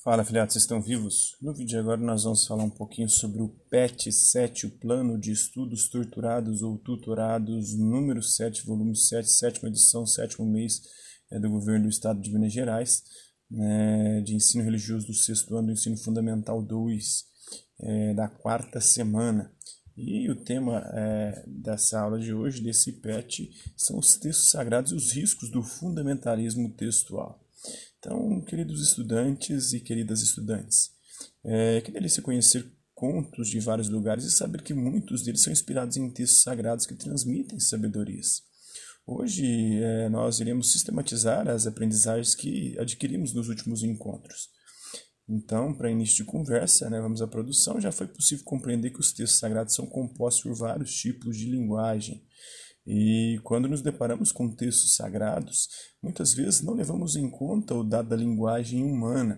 Fala, filhotes, vocês estão vivos? No vídeo de agora nós vamos falar um pouquinho sobre o PET-7, o Plano de Estudos Torturados ou Tutorados, número 7, volume 7, sétima edição, sétimo mês do governo do estado de Minas Gerais, de ensino religioso do sexto ano do ensino fundamental 2, da quarta semana. E o tema dessa aula de hoje, desse PET, são os textos sagrados e os riscos do fundamentalismo textual. Então, queridos estudantes e queridas estudantes, que delícia conhecer contos de vários lugares e saber que muitos deles são inspirados em textos sagrados que transmitem sabedorias. Hoje, nós iremos sistematizar as aprendizagens que adquirimos nos últimos encontros. Então, para início de conversa, vamos à produção. Já foi possível compreender que os textos sagrados são compostos por vários tipos de linguagem. E quando nos deparamos com textos sagrados, muitas vezes não levamos em conta o dado da linguagem humana.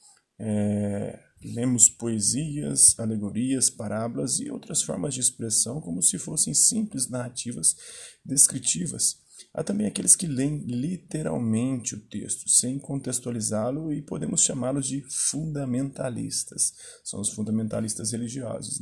Lemos poesias, alegorias, parábolas e outras formas de expressão como se fossem simples narrativas descritivas. Há também aqueles que leem literalmente o texto, sem contextualizá-lo, e podemos chamá-los de fundamentalistas. São os fundamentalistas religiosos,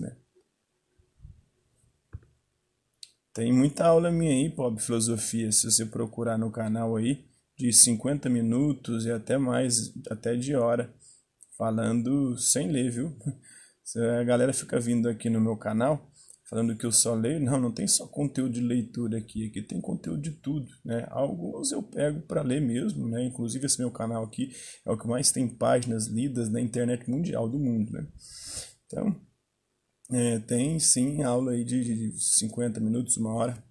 Tem muita aula minha aí, Pobre Filosofia, se você procurar no canal aí, de 50 minutos e até mais, até de hora, falando sem ler, viu? A galera fica vindo aqui no meu canal, falando que eu só leio. Não tem só conteúdo de leitura aqui tem conteúdo de tudo, Alguns eu pego para ler mesmo, Inclusive esse meu canal aqui é o que mais tem páginas lidas na internet mundial do mundo, Então, tem sim aula aí de 50 minutos, uma hora.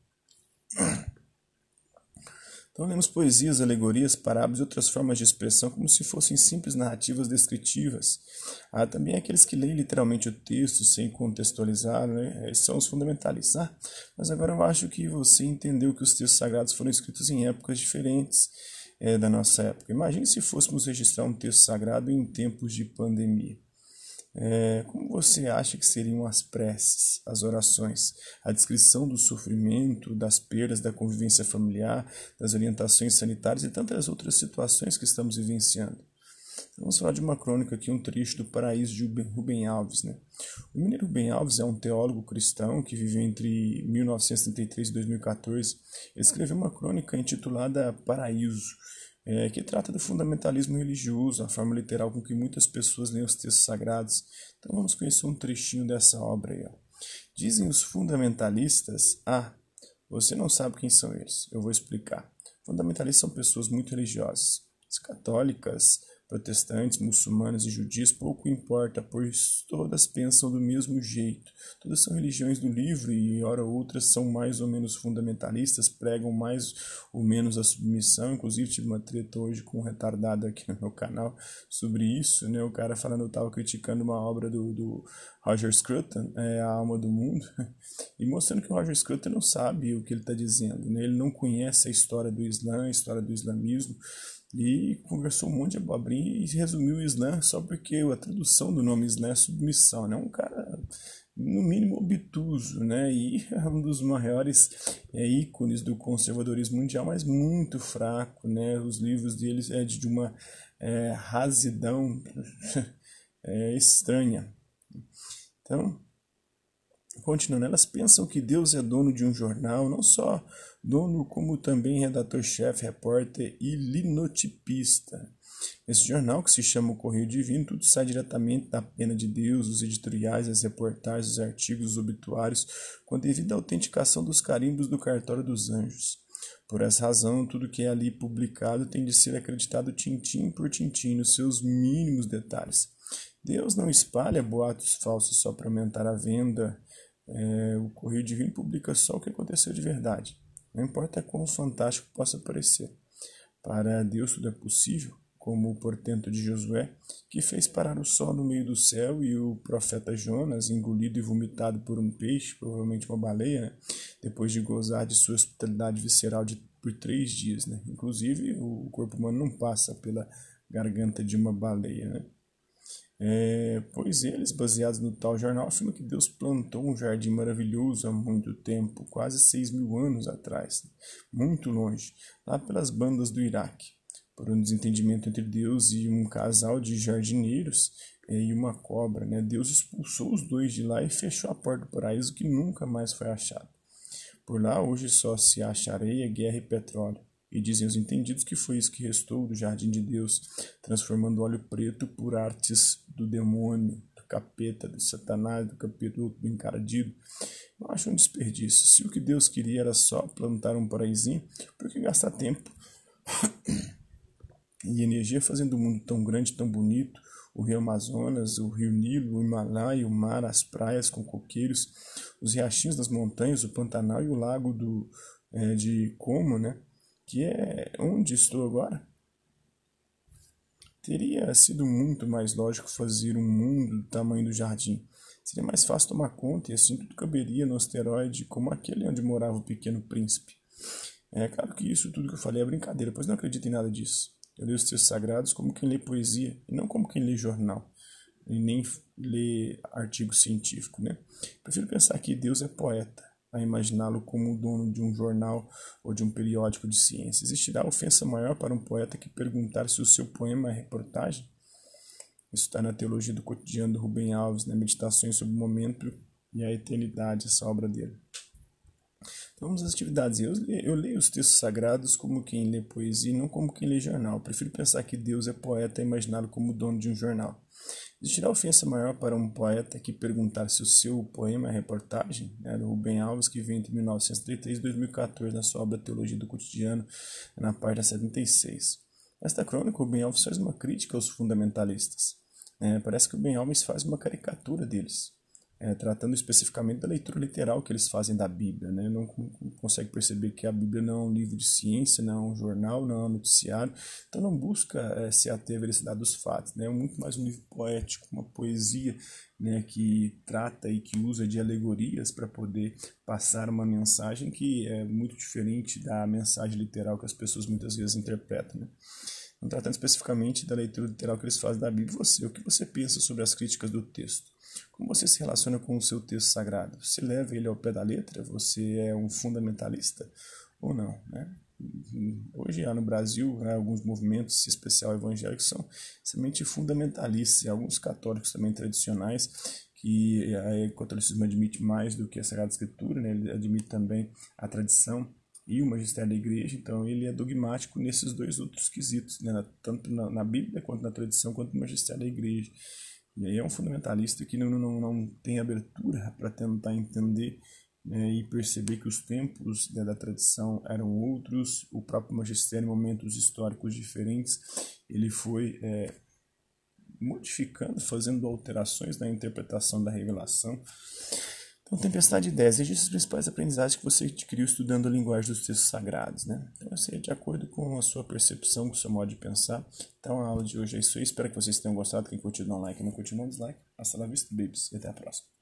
Então lemos poesias, alegorias, parábolas e outras formas de expressão como se fossem simples narrativas descritivas. Há também aqueles que leem literalmente o texto sem contextualizar, Esses são os fundamentalistas. Mas agora eu acho que você entendeu que os textos sagrados foram escritos em épocas diferentes da nossa época. Imagine se fôssemos registrar um texto sagrado em tempos de pandemia. Como você acha que seriam as preces, as orações, a descrição do sofrimento, das perdas, da convivência familiar, das orientações sanitárias e tantas outras situações que estamos vivenciando? Vamos falar de uma crônica aqui, um trecho do Paraíso de Rubem Alves. O mineiro Rubem Alves é um teólogo cristão que viveu entre 1933 e 2014. Ele escreveu uma crônica intitulada Paraíso, que trata do fundamentalismo religioso, a forma literal com que muitas pessoas leem os textos sagrados. Então vamos conhecer um trechinho dessa obra aí. Dizem os fundamentalistas, você não sabe quem são eles, eu vou explicar. Fundamentalistas são pessoas muito religiosas, as católicas, protestantes, muçulmanos e judias, pouco importa, pois todas pensam do mesmo jeito. Todas são religiões do livro e, ora outras, são mais ou menos fundamentalistas, pregam mais ou menos a submissão. Inclusive, tive uma treta hoje com um retardado aqui no meu canal sobre isso, O cara falando, eu estava criticando uma obra do Roger Scruton, A Alma do Mundo, e mostrando que o Roger Scruton não sabe o que ele está dizendo, Ele não conhece a história do Islã, a história do islamismo, e conversou um monte de abobrinha e resumiu o Islã só porque a tradução do nome Islã é submissão, Um cara, no mínimo, obtuso, E é um dos maiores ícones do conservadorismo mundial, mas muito fraco, Os livros deles é de uma rasidão estranha. Então, continuando, elas pensam que Deus é dono de um jornal, não só dono, como também redator-chefe, repórter e linotipista. Esse jornal, que se chama O Correio Divino, tudo sai diretamente da pena de Deus, os editoriais, as reportagens, os artigos, os obituários, com a devida autenticação dos carimbos do cartório dos anjos. Por essa razão, tudo que é ali publicado tem de ser acreditado tintim por tintim, nos seus mínimos detalhes. Deus não espalha boatos falsos só para aumentar a venda. O Correio Divino publica só o que aconteceu de verdade. Não importa quão fantástico possa parecer. Para Deus tudo é possível, como o portento de Josué, que fez parar o sol no meio do céu, e o profeta Jonas, engolido e vomitado por um peixe, provavelmente uma baleia, depois de gozar de sua hospitalidade visceral por 3 dias. Inclusive, o corpo humano não passa pela garganta de uma baleia. Pois eles, baseados no tal jornal, afirmam que Deus plantou um jardim maravilhoso há muito tempo, quase 6.000 anos atrás, muito longe, lá pelas bandas do Iraque. por um desentendimento entre Deus e um casal de jardineiros e uma cobra, né? Deus expulsou os dois de lá e fechou a porta do paraíso, que nunca mais foi achado. Por lá hoje só se acha areia, guerra e petróleo. E dizem os entendidos que foi isso que restou do jardim de Deus, transformando óleo preto por artes do demônio, do capeta, do satanás, do capeta do encardido. Eu acho um desperdício. Se o que Deus queria era só plantar um paraízinho, por que gastar tempo e energia fazendo um mundo tão grande, tão bonito? O rio Amazonas, o rio Nilo, o Himalaia, o mar, as praias com coqueiros, os riachinhos das montanhas, o Pantanal e o lago de Como, né? Que é onde estou agora. Teria sido muito mais lógico fazer um mundo do tamanho do jardim. Seria mais fácil tomar conta e assim tudo caberia no asteroide como aquele onde morava o pequeno príncipe. É claro que isso tudo que eu falei é brincadeira, pois não acredito em nada disso. Eu leio os textos sagrados como quem lê poesia e não como quem lê jornal e nem lê artigo científico, né? Prefiro pensar que Deus é poeta, a imaginá-lo como o dono de um jornal ou de um periódico de ciência. Existirá ofensa maior para um poeta que perguntar se o seu poema é reportagem? Isso está na Teologia do Cotidiano do Rubem Alves, na Meditações sobre o Momento e a Eternidade, essa obra dele. Então, vamos às atividades. Eu leio os textos sagrados como quem lê poesia e não como quem lê jornal. Eu prefiro pensar que Deus é poeta e imaginá-lo como o dono de um jornal. Existirá ofensa maior para um poeta que perguntar se o seu poema é reportagem? Do Rubem Alves, que veio entre 1933 e 2014 na sua obra Teologia do Cotidiano, na página 76. Nesta crônica, o Rubem Alves faz uma crítica aos fundamentalistas. Parece que o Rubem Alves faz uma caricatura deles, tratando especificamente da leitura literal que eles fazem da Bíblia. Né? Não consegue perceber que a Bíblia não é um livro de ciência, não é um jornal, não é um noticiário, então não busca se ater à veracidade dos fatos. Né? É muito mais um livro poético, uma poesia, né, que trata e que usa de alegorias para poder passar uma mensagem que é muito diferente da mensagem literal que as pessoas muitas vezes interpretam. Né? Não tratando especificamente da leitura literal que eles fazem da Bíblia, o que você pensa sobre as críticas do texto? Como você se relaciona com o seu texto sagrado? Você leva ele ao pé da letra? Você é um fundamentalista ou não? Né? Hoje há no Brasil alguns movimentos, em especial evangélicos, são extremamente fundamentalistas, e alguns católicos também tradicionais, que o catolicismo admite mais do que a Sagrada Escritura, né? Ele admite também a tradição e o magistério da igreja, então ele é dogmático nesses dois outros quesitos, né? Tanto na Bíblia, quanto na tradição, quanto no magistério da igreja. E aí é um fundamentalista que não tem abertura para tentar entender, né, e perceber que os tempos, né, da tradição eram outros, o próprio magistério, em momentos históricos diferentes, ele foi modificando, fazendo alterações na interpretação da revelação. Então, Tempestade de Ideias, registros os principais aprendizagens que você adquiriu estudando a linguagem dos textos sagrados, né? Então, assim, de acordo com a sua percepção, com o seu modo de pensar. Então, a aula de hoje é isso aí. Espero que vocês tenham gostado. Quem curtiu, dá um like. Quem não curtiu, dá um dislike. Hasta la vista, babies. E até a próxima.